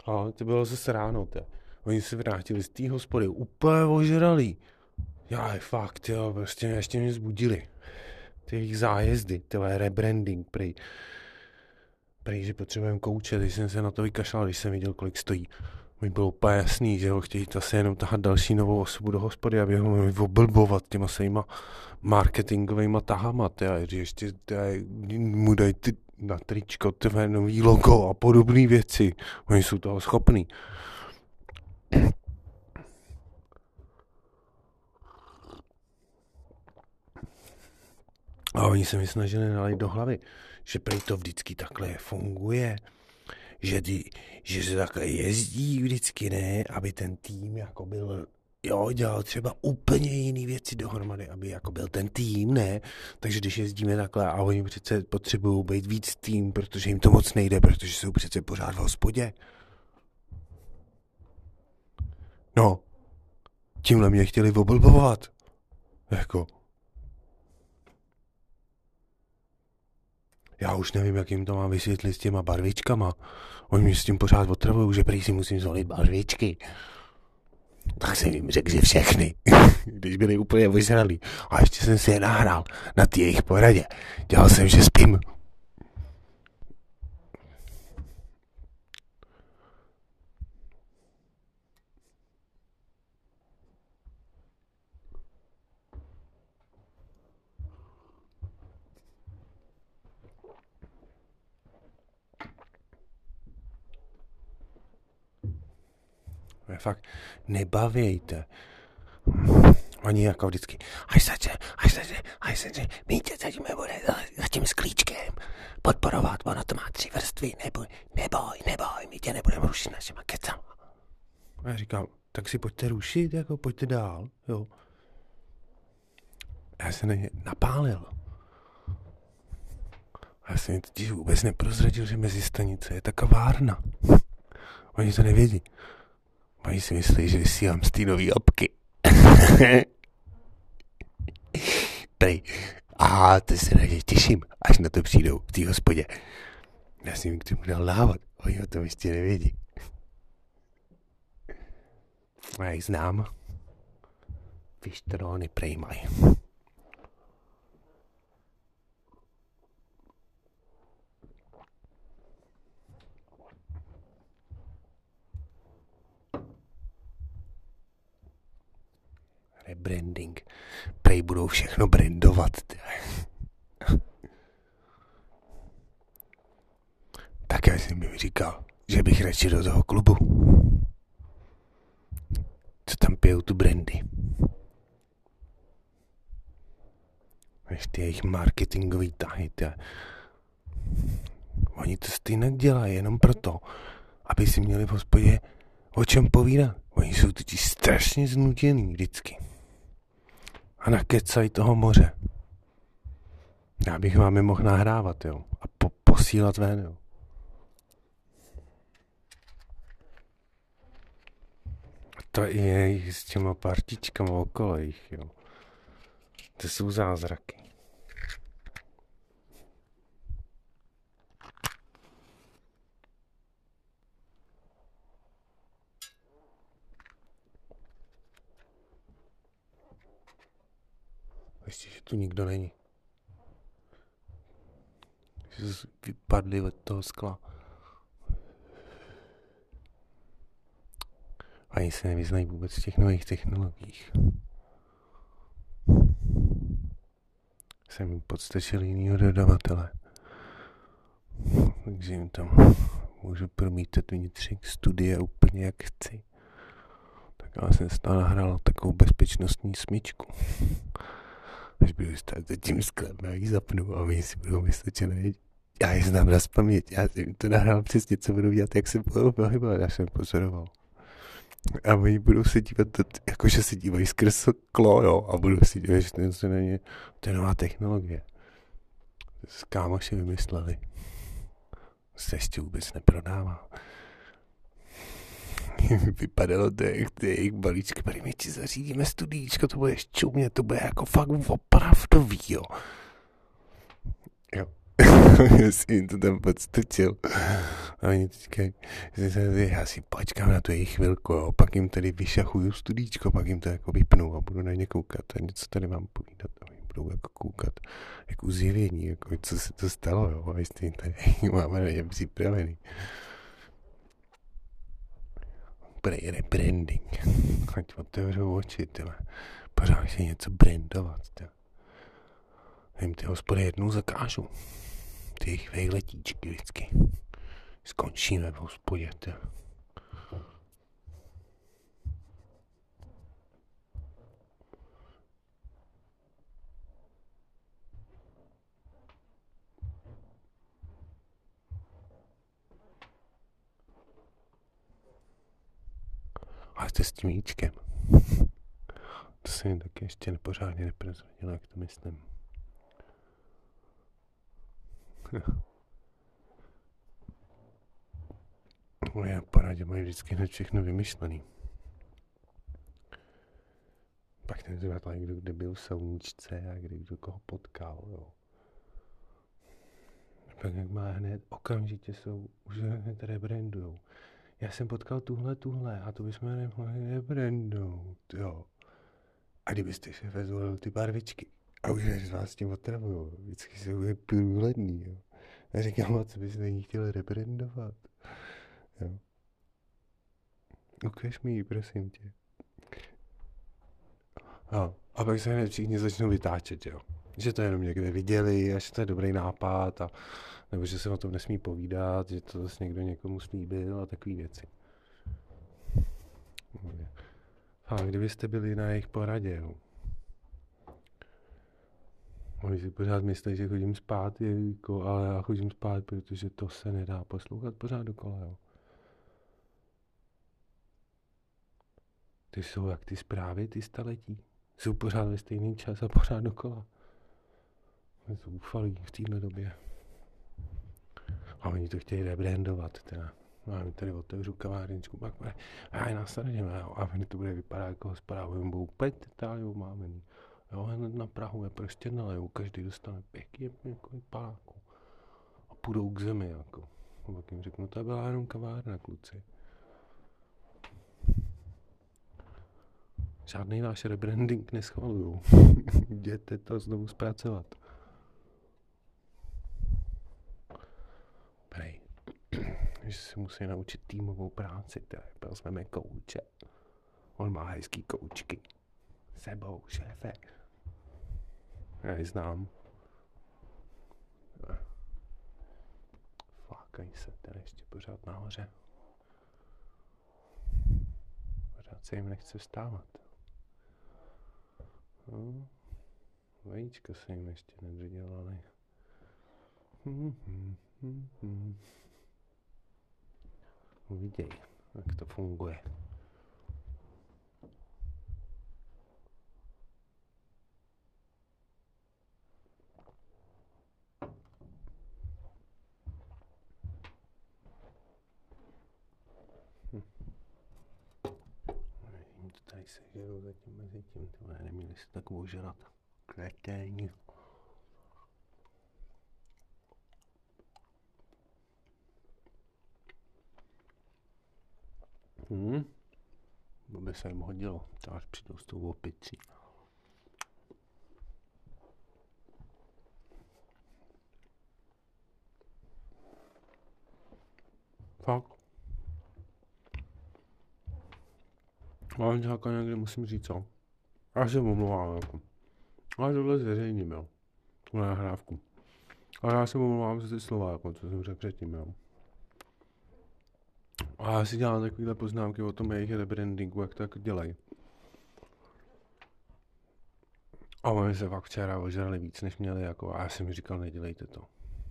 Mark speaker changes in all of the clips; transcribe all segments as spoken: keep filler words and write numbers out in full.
Speaker 1: A to bylo zase ráno, te. Oni se vrátili z té hospody úplně ožralí. Já je fakt, jo, prostě ještě mě zbudili. Ty jejich zájezdy, tyhle rebranding, prej. Prej, že potřebujeme kouče, když jsem se na to vykašlal, když jsem viděl, kolik stojí. Mi bylo úplně jasný, že ho chtějí zase jenom tahat další novou osobu do hospody, aby ho mohli oblbovat těma svýma marketingovýma tahama, tyhle, že ještě tyhle, mu dají ty na tričko, tyhle nový logo a podobné věci. Oni jsou toho schopní. A oni se mi snažili nalít do hlavy, že prej to vždycky takhle funguje, že, ty, že se takhle jezdí vždycky, ne, aby ten tým jako byl, jo, dělal třeba úplně jiný věci dohromady, aby jako byl ten tým, ne, takže když jezdíme takhle a oni přece potřebují být víc tým, protože jim to moc nejde, protože jsou přece pořád v hospodě. No, tímhle mě chtěli oblbovat, jako. Já už nevím, jak jim to mám vysvětlit s těma barvičkama. Oni mi s tím pořád otravují, že prý si musím zvolit barvičky. Tak jsem jim řekl, že všechny. Když byli úplně ožralí. A ještě jsem si je nahrál na té jejich poradě. Dělal jsem, že spím. Fakt nebavějte. Oni jako vždycky, až sače, až sače, až sače, my tě zatím bude za tím sklíčkem podporovat, ono to má tři vrstvy, neboj, neboj, neboj, my tě nebudeme rušit našima kecama. A já říkám, tak si pojďte rušit, jako pojďte dál, jo. Já se na ně napálil. Já jsem jim totiž vůbec neprozradil, že mezi stanice je ta kavárna. Oni to nevědí. Oni si myslí, že vysílám z té nový apky. Prej. A to se na ně těším, až na to přijdou v té hospodě. Já jsem jim k tomu dal dávat. Oni o tom ještě nevědí. A já jich znám. Fištróny prej mají. Rebranding. Prej budou všechno brandovat. Tak já jsem jim říkal, že bych radši do toho klubu. Co tam pijou tu brandy. Až ty jejich marketingový tahy. Tě. Oni to stejně dělají jenom proto, aby si měli v hospodě o čem povídat. Oni jsou totiž strašně znuděný vždycky. A nakecají toho moře. Já bych vám je mohl nahrávat, jo. A po- posílat ven, jo. A to je s těma partičkama okolo jich, jo. To jsou zázraky. Ještě, že tu nikdo není. Že vypadli od toho skla. Ani se nevyznají vůbec v těch nových technologiích. Jsem jim podstačil jinýho dodavatele. Takže jim tam můžu promítat vnitřek studie úplně jak chci. Tak já jsem stále nahrál takovou bezpečnostní smyčku. Až budu stát za tím sklem, já ji zapnu a oni si budou myslet, že nevědí. Já ji znám na paměť, já jsem to nahrál přesně, co budu dělat, jak se budou pohybovat, já jsem pozoroval. A oni budou se dívat, jakože se dívají skrz sklo, jo, a budou si dívat, že to není, to je nová technologie. To kámoši vymysleli. Se ještě vůbec neprodává. Vypadalo to, jak ty jejich balíčky, tady my ti zařídíme studíčko, to bude šťoumě, to bude jako fakt opravdový, jo. Jo. Já si jim to tam podstrčil. A oni říkají, já si počkám na tu jejich chvilku, jo. Pak jim tady vyšachuju studíčko, pak jim to jako vypnu a budu na ně koukat a něco tady mám povídat. A oni budou jako koukat, jako uzjevění, jako co se to stalo, jo. A jestli tady máme na ně připravený. Prej rebranding. Ať otevřou oči, tyhle. Pořád si něco brandovat, tyhle. Jim ty hospody jednou zakážu. Ty jejich vejletíčky vždycky. Skončíme v hospodě, tyhle. A jste s tím jíčkem. To se mi taky ještě nepořádně neprozradilo, jak to myslím. Moje na paradě mají vždycky hned všechno vymyšlený. Pak ten zvědal, kdo kde byl v Souníčce a kdy kdo koho potkal, jo. Pak jak má hned, okamžitě jsou, už hned rebrandujou. Já jsem potkal tuhle, tuhle a to bychom nemohli rebrandout, jo. A kdybyste se vezvolil ty barvičky a už než vás s tím otravujou, vždycky jsou je průhledný, jo. A říkám, a co byste jí chtěli rebrandovat, jo. Ukaž mi ji, prosím tě. No, a pak se hned všichni začnou vytáčet, jo. Že to jenom někde viděli a že to je dobrý nápad, a, nebo že se o tom nesmí povídat, že to zase někdo někomu slíbil a takové věci. A kdybyste byli na jejich poradě, jo. Oni si pořád myslí, že chodím spát, jako, ale já chodím spát, protože to se nedá poslouchat pořád dokola, jo. Ty jsou jak ty zprávy, ty staletí. Jsou pořád ve stejný čas a pořád dokola. Jsou ufalí v téhle době. A oni to chtějí rebrandovat, teda. A my tady otevřu kavárničku, pak bude, a já nasadíme, jo. A oni to bude vypadat jako hospoda, oni budou úplně totálně umámený. Jo, hned na Prahu je prostě nalejou, každý dostane pěkně jako paláku. A půjdou k zemi, jako. A pak jim řeknu, to byla jenom kavárna, kluci. Žádný váš rebranding neschvaluju. Jděte to znovu zpracovat. Prej. Že si musí naučit týmovou práci, teda vezmeme kouče. On má hezký koučky. Sebou, šéfe. Já ji znám. Flákají se tady ještě pořád nahoře. Pořád se jim nechce vstávat. No, vajíčka se jim ještě nedodělali. Hmm, hmm, hmm, hmm. Uviděj, jak to funguje. Hm. Nevím, to tady se žerou zatím mezi tím, tohle neměli se tak ožrat. Kreténi. Hmm. To by se jim hodilo, to až přijdou s tou opicí. Fakt. Ale nějaká někdy musím říct, co? Já se omlouvám, jako. Ale tohle zveřejním, jo. Tuhle nahrávku. Ale já se omlouvám za ty slova, jako, co jsem řekl předtím, jo. A já si dělám takovýhle poznámky o tom jejich rebrandingu, jak to tak dělají. A oni se fakt včera ožrali víc, než měli, jako, a já jsem mi říkal, nedělejte to.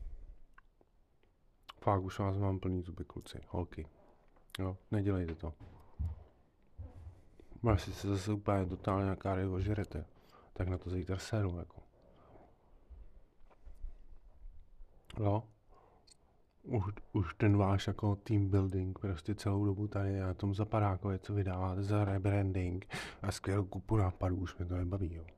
Speaker 1: Fakt, už vás mám plný zuby, kluci, holky. Jo, nedělejte to. Až se zase úplně totálně nějaká ryb ožerete, tak na to zítra seru, jako. Jo? Už, už ten váš jako team building prostě celou dobu tady na tom zapadákově, co vydáváte za rebranding a skvělou kupu nápadů, už mě to nebaví, jo.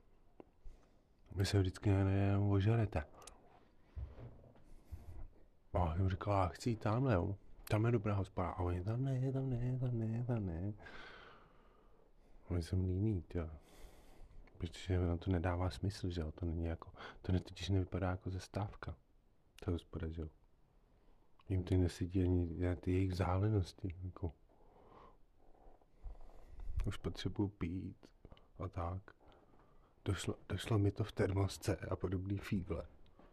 Speaker 1: Vy se vždycky jenom ožerete. A jsem říkal, já chci jít tamhle, jo. Tam je dobrá hospoda. A oni tam ne, tam ne, tam ne, tam ne. Oni jsem líný, jo. Protože na to nedává smysl, že jo. To není jako, to totiž nevypadá jako zastávka. Ta hospoda, že jo. Jim to nesedí ani ty jejich vzdálenosti, jako. Už potřebuji pít a tak. Došlo, došlo mi to v termosce a podobný fígle.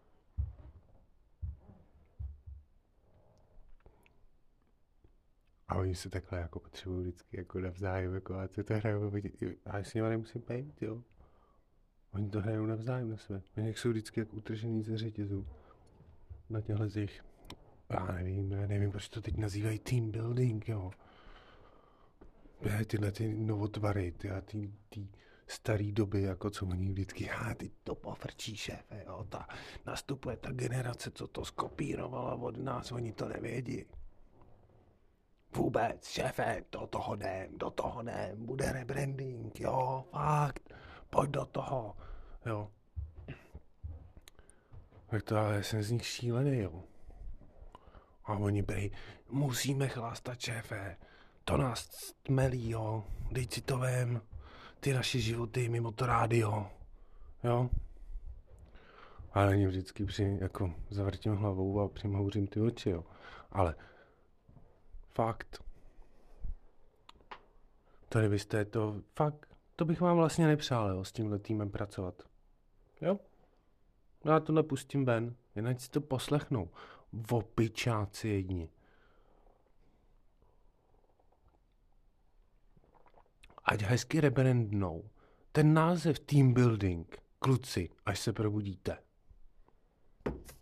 Speaker 1: A oni se takhle jako potřebují vždycky jako navzájem, jako a co to hrajou, a já s nima nemusím pejt, jo. Oni to hrajou navzájem na sebe. Oni jsou vždycky jako utržený ze řetězů. Na těchhle z těch, já nevím, já nevím, proč to teď nazývají team building, jo. Tyhle ty novotvary, tyhle ty, ty starý doby, jako co oni vždycky, já, ty to pofrčí, šéfe, jo, ta, nastupuje ta generace, co to skopírovala od nás, oni to nevědí. Vůbec, šéfe, do toho jdem, do toho jdem, bude rebranding, jo, fakt, pojď do toho, jo. Tak to ale jsem z nich šílený, jo. A oni brej, musíme chlastat, šéfe, to nás tmelí, jo, dej si to vem, ty naše životy mimo to rádio, jo. Ale oni vždycky při, jako zavrtím hlavou a přimhouřím ty oči, jo. Ale fakt, to kdybyste to, fakt, to bych vám vlastně nepřál, jo, s tímhle týmem pracovat. Jo? Já to nepustím ven, jen si to poslechnou. Vopičáci jedni. Ať hezky rebrandnou. Ten název team building, kluci, až se probudíte.